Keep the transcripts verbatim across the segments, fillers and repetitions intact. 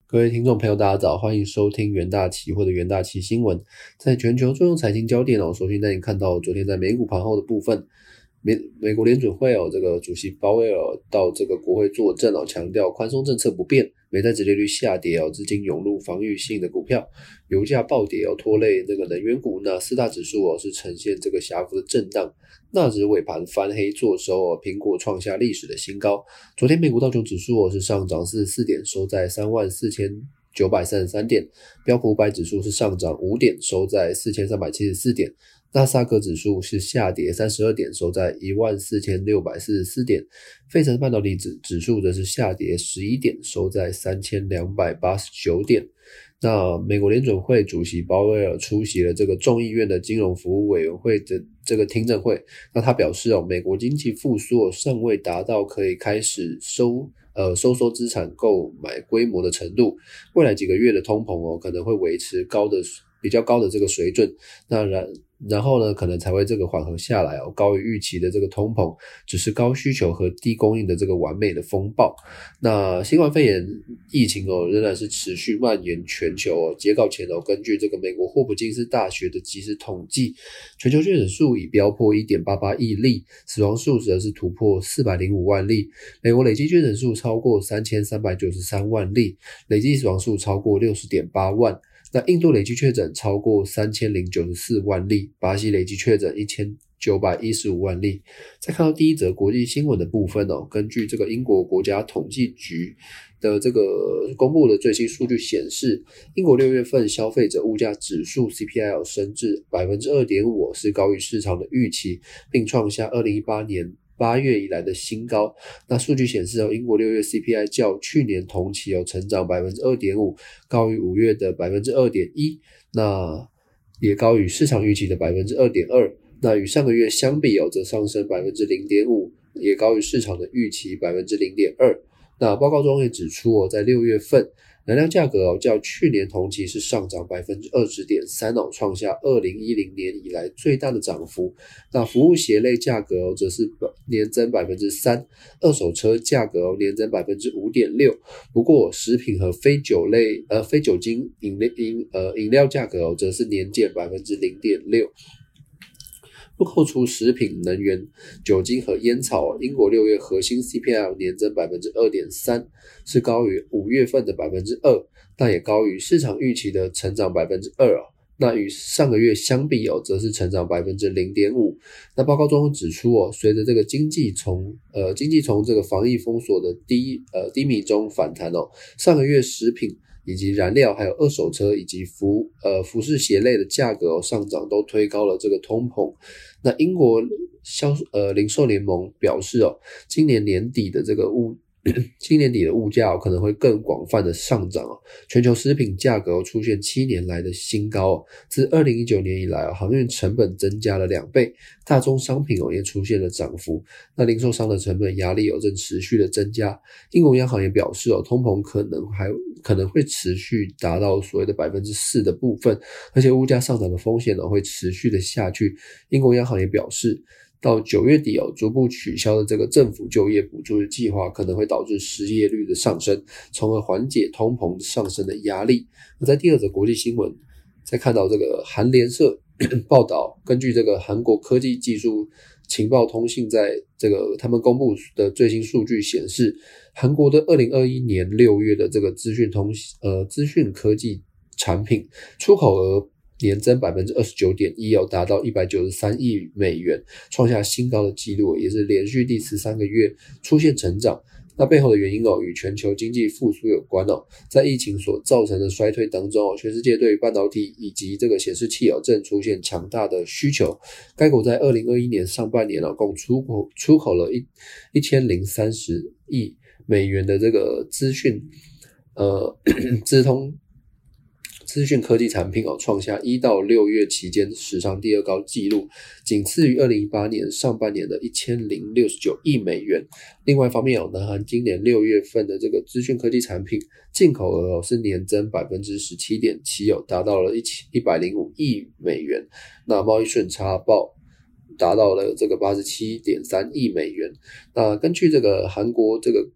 各位听众朋友，大家早，欢迎收听元大期货的元大期新闻。在全球重要财经焦点哦，首先带你看到昨天在美股盘后的部分，美美国联准会哦，这个主席鲍威尔到这个国会作证哦，强调宽松政策不变，美债殖利率下跌哦，资金涌入防御性的股票，油价暴跌哦，拖累这个能源股。那四大指数哦是呈现这个狭幅的震荡，纳指尾盘翻黑做收哦，苹果创下历史的新高。昨天美股道琼指数哦是上涨四十四点，收在三万四千九百三十三点，标普五百指数是上涨五点，收在四千三百七十四点。纳斯达克指数是下跌三十二点，收在一万四千六百四十四点，费城半导体指指数则是下跌十一点，收在三千两百八十九点。那美国联准会主席鲍威尔出席了这个众议院的金融服务委员会的这个听证会，那他表示哦，美国经济复苏哦尚未达到可以开始收呃收缩资产购买规模的程度，未来几个月的通膨哦可能会维持高的比较高的这个水准，那然然后呢可能才会这个缓和下来哦，高于预期的这个通膨只是高需求和低供应的这个完美的风暴。那新冠肺炎疫情哦仍然是持续蔓延全球哦，截稿前哦根据这个美国霍普金斯大学的即时统计，全球确诊数已飙破 一点八八亿例，死亡数则是突破四百零五万例，美国累计确诊数超过三千三百九十三万例，累计死亡数超过 六十点八万。那印度累计确诊超过三千零九十四万例，巴西累计确诊一千九百一十五万例。再看到第一则国际新闻的部分哦，根据这个英国国家统计局的这个公布的最新数据显示，英国六月份消费者物价指数 C P I 升至 百分之二点五， 是高于市场的预期，并创下二零一八年八月以来的新高。那数据显示哦，英国六月 C P I 较去年同期有成长 百分之二点五， 高于五月的 百分之二点一， 那也高于市场预期的 百分之二点二。 那与上个月相比哦，则上升 百分之零点五， 也高于市场的预期 百分之零点二。 那报告中也指出哦，在六月份能量价格哦，较去年同期是上涨 百分之二十点三 哦，创下二零一零年以来最大的涨幅。那服务鞋类价格哦，则是年增 百分之三， 二手车价格哦，年增 百分之五点六。 不过食品和非酒类呃非酒精饮料饮呃饮料价格哦，则是年减 百分之零点六。不扣除食品、能源、酒精和烟草，英国六月核心 C P I 年增 百分之二点三， 是高于五月份的 百分之二， 但也高于市场预期的成长 百分之二。那与上个月相比哦，则是成长 百分之零点五。 那报告中指出哦，随着这个经济从呃经济从这个防疫封锁的低呃低迷中反弹哦，上个月食品以及燃料还有二手车以及服呃服饰鞋类的价格哦上涨，都推高了这个通膨。那英国销呃零售联盟表示哦，今年年底的这个物今年底的物价、哦、可能会更广泛的上涨、哦、全球食品价格、哦、出现七年来的新高、哦、自二零一九年以来、哦、航运成本增加了两倍，大宗商品、哦、也出现了涨幅，那零售商的成本压力、哦、正持续的增加。英国央行也表示、哦、通膨可能还可能会持续达到所谓的 百分之四 的部分，而且物价上涨的风险、哦、会持续的下去。英国央行也表示，到九月底哦，逐步取消的这个政府就业补助的计划可能会导致失业率的上升，从而缓解通膨上升的压力。那在第二则国际新闻，再看到这个韩联社报道，根据这个韩国科技技术情报通信在这个他们公布的最新数据显示，韩国的二零二一年六月的这个资讯通呃资讯科技产品出口额年增 百分之二十九点一， 达到一百九十三亿美元，创下新高的纪录，也是连续第十三个月出现成长。那背后的原因哦，与全球经济复苏有关哦。在疫情所造成的衰退当中哦，全世界对于半导体以及这个显示器哦，正出现强大的需求。该国在二零二一年上半年哦，共出口出口了一一千零三十亿美元的这个资讯呃资通。资讯科技产品哦，创下一到六月期间史上第二高纪录，仅次于二零一八年上半年的一千零六十九亿美元。另外一方面哦，南韩今年六月份的这个资讯科技产品进口额哦是年增 百分之十七点七 哦，达到了一百零五亿美元。那贸易顺差报达到了这个 八十七点三亿美元。那根据这个韩国这个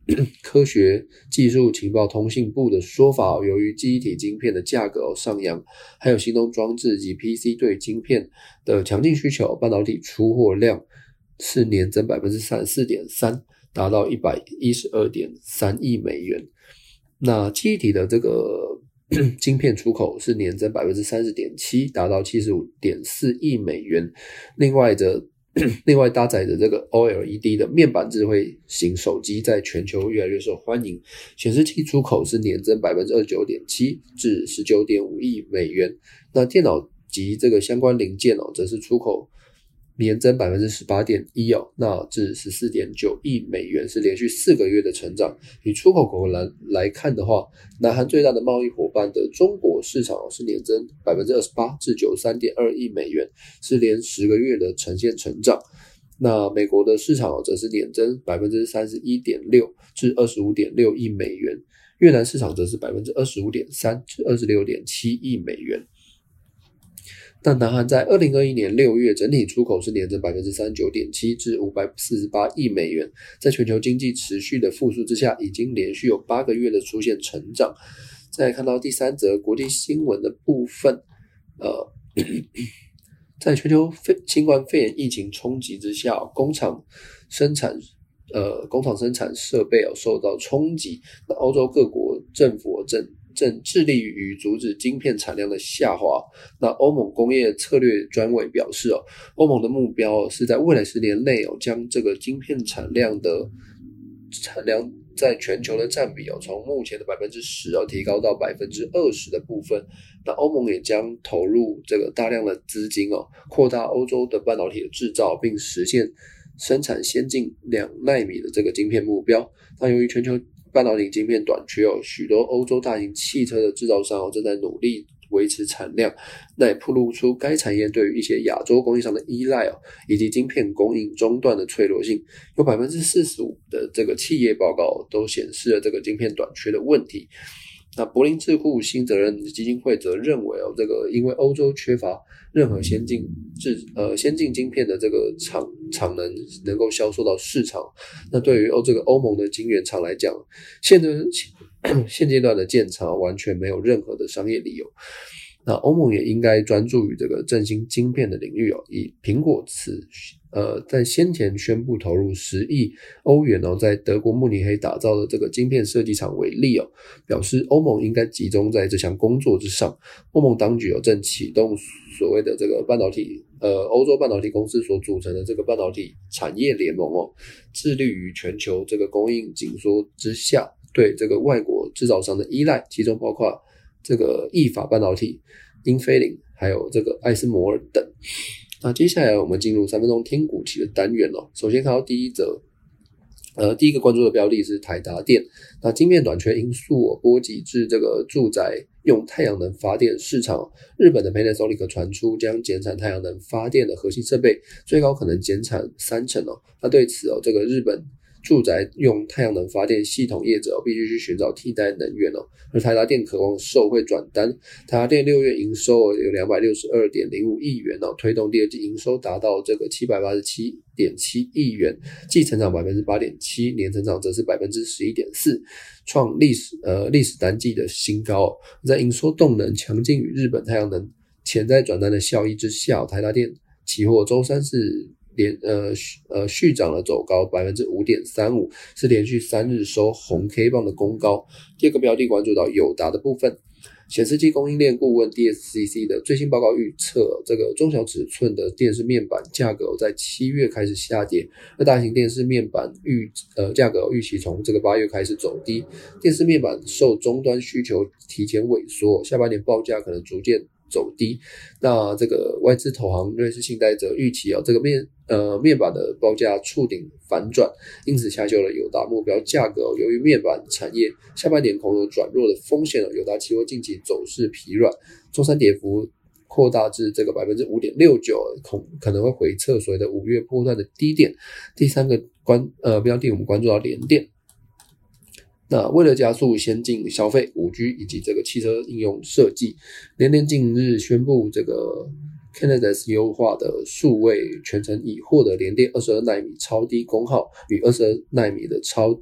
科学技术情报通信部的说法，由于记忆体晶片的价格上扬，还有行动装置及 P C 对晶片的强劲需求，半导体出货量是年增 百分之三十四点三， 达到 一百一十二点三亿美元。那记忆体的这个晶片出口是年增 百分之三十点七， 达到 七十五点四亿美元。另外的另外搭载着这个 O L E D 的面板智慧型手机在全球越来越受欢迎，显示器出口是年增 百分之二十九点七 至 十九点五亿美元。那电脑及这个相关零件哦，则是出口年增 百分之十八点一 哦，那至 十四点九亿美元，是连续四个月的成长。以出口国来来看的话，南韩最大的贸易伙伴的中国市场是年增 百分之二十八 至 九十三点二亿美元，是连十个月的呈现成长。那美国的市场则是年增 百分之三十一点六 至 二十五点六亿美元，越南市场则是 百分之二十五点三 至 二十六点七亿美元。那南韩在二零二一年六月整体出口是年增 百分之三十九点七 至五百四十八亿美元，在全球经济持续的复苏之下，已经连续有八个月的出现成长。再来看到第三则国际新闻的部分，呃，在全球新冠肺炎疫情冲击之下，工厂生产呃工厂生产设备哦受到冲击，那欧洲各国政府正正致力于阻止晶片产量的下滑。那欧盟工业策略专委表示哦，欧盟的目标是在未来十年内哦，将这个晶片产量的产量在全球的占比哦，从目前的 百分之十 哦，提高到 百分之二十 的部分。那欧盟也将投入这个大量的资金哦，扩大欧洲的半导体的制造，并实现生产先进两奈米的这个晶片目标。那由于全球半导体晶片短缺哦，许多欧洲大型汽车的制造商哦正在努力维持产量，那也暴露出该产业对于一些亚洲供应商的依赖哦，以及晶片供应中断的脆弱性。有 百分之四十五 的这个企业报告都显示了这个晶片短缺的问题。那柏林智库新责任基金会则认为哦，这个因为欧洲缺乏任何先进制呃先进晶片的这个厂厂能能够销售到市场，那对于欧这个欧盟的晶圆厂来讲，现在现阶段的建厂完全没有任何的商业理由。那欧盟也应该专注于这个振兴晶片的领域哦，以苹果此呃在先前宣布投入十亿欧元哦，在德国慕尼黑打造的这个晶片设计厂为例哦，表示欧盟应该集中在这项工作之上。欧盟当局哦正启动所谓的这个半导体呃欧洲半导体公司所组成的这个半导体产业联盟哦，致力于全球这个供应紧缩之下对这个外国制造商的依赖，其中包括这个意法半导体、英飞凌还有这个艾斯摩尔等。那接下来我们进入三分钟听股期的单元哦。首先看到第一则，呃，第一个关注的标的是台达电。那晶片短缺因素哦，波及至这个住宅用太阳能发电市场。日本的 Panasonic 传出将减产太阳能发电的核心设备，最高可能减产三成哦。那对此哦，这个日本住宅用太阳能发电系统业者、哦、必须去寻找替代能源哦，而台达电渴望受惠转单。台达电六月营收、哦、有 两百六十二点零五亿元哦，推动第二季营收达到这个七百八十七点七亿元，季成长 百分之八点七， 年成长则是 百分之十一点四， 创历史呃历史单季的新高、哦。在营收动能强劲与日本太阳能潜在转单的效益之下，台达电期货周三是连呃呃续涨了走高 百分之五点三五， 是连续三日收红 K 棒的攻高。第二个标的关注到友达的部分，显示器供应链顾问 D S C C 的最新报告预测，这个中小尺寸的电视面板价格在七月开始下跌，而大型电视面板预呃价格预期从这个八月开始走低。电视面板受终端需求提前萎缩，下半年报价可能逐渐走低。那这个外资投行瑞士信贷则预期哦，这个面呃面板的报价触顶反转，因此下修了友达目标价格、哦。由于面板产业下半年恐有转弱的风险、哦、友达期货近期走势疲软，周三跌幅扩大至这个 百分之五点六九， 恐可能会回测所谓的五月波段的低点。第三个关呃标的我们关注到联电。那为了加速先进消费 五 G 以及这个汽车应用设计，联电近日宣布这个 Canada's 优化的数位全程已获得联电二十二奈米超低功耗与二十二奈米的超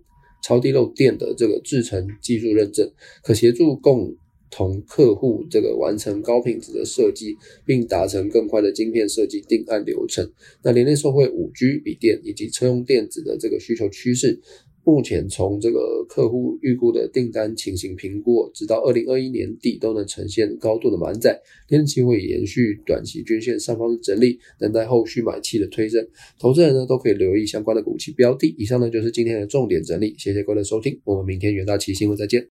超低漏电的这个制程技术认证，可协助共同客户这个完成高品质的设计，并达成更快的晶片设计定案流程。那连连受惠 五 G 笔电以及车用电子的这个需求趋势，目前从这个客户预估的订单情形评估，直到二零二一年底都能呈现高度的满载，连连期会延续短期均线上方的整理，等待后续买气的推升。投资人呢都可以留意相关的股期标的。以上呢就是今天的重点整理，谢谢各位的收听，我们明天元大期新闻再见。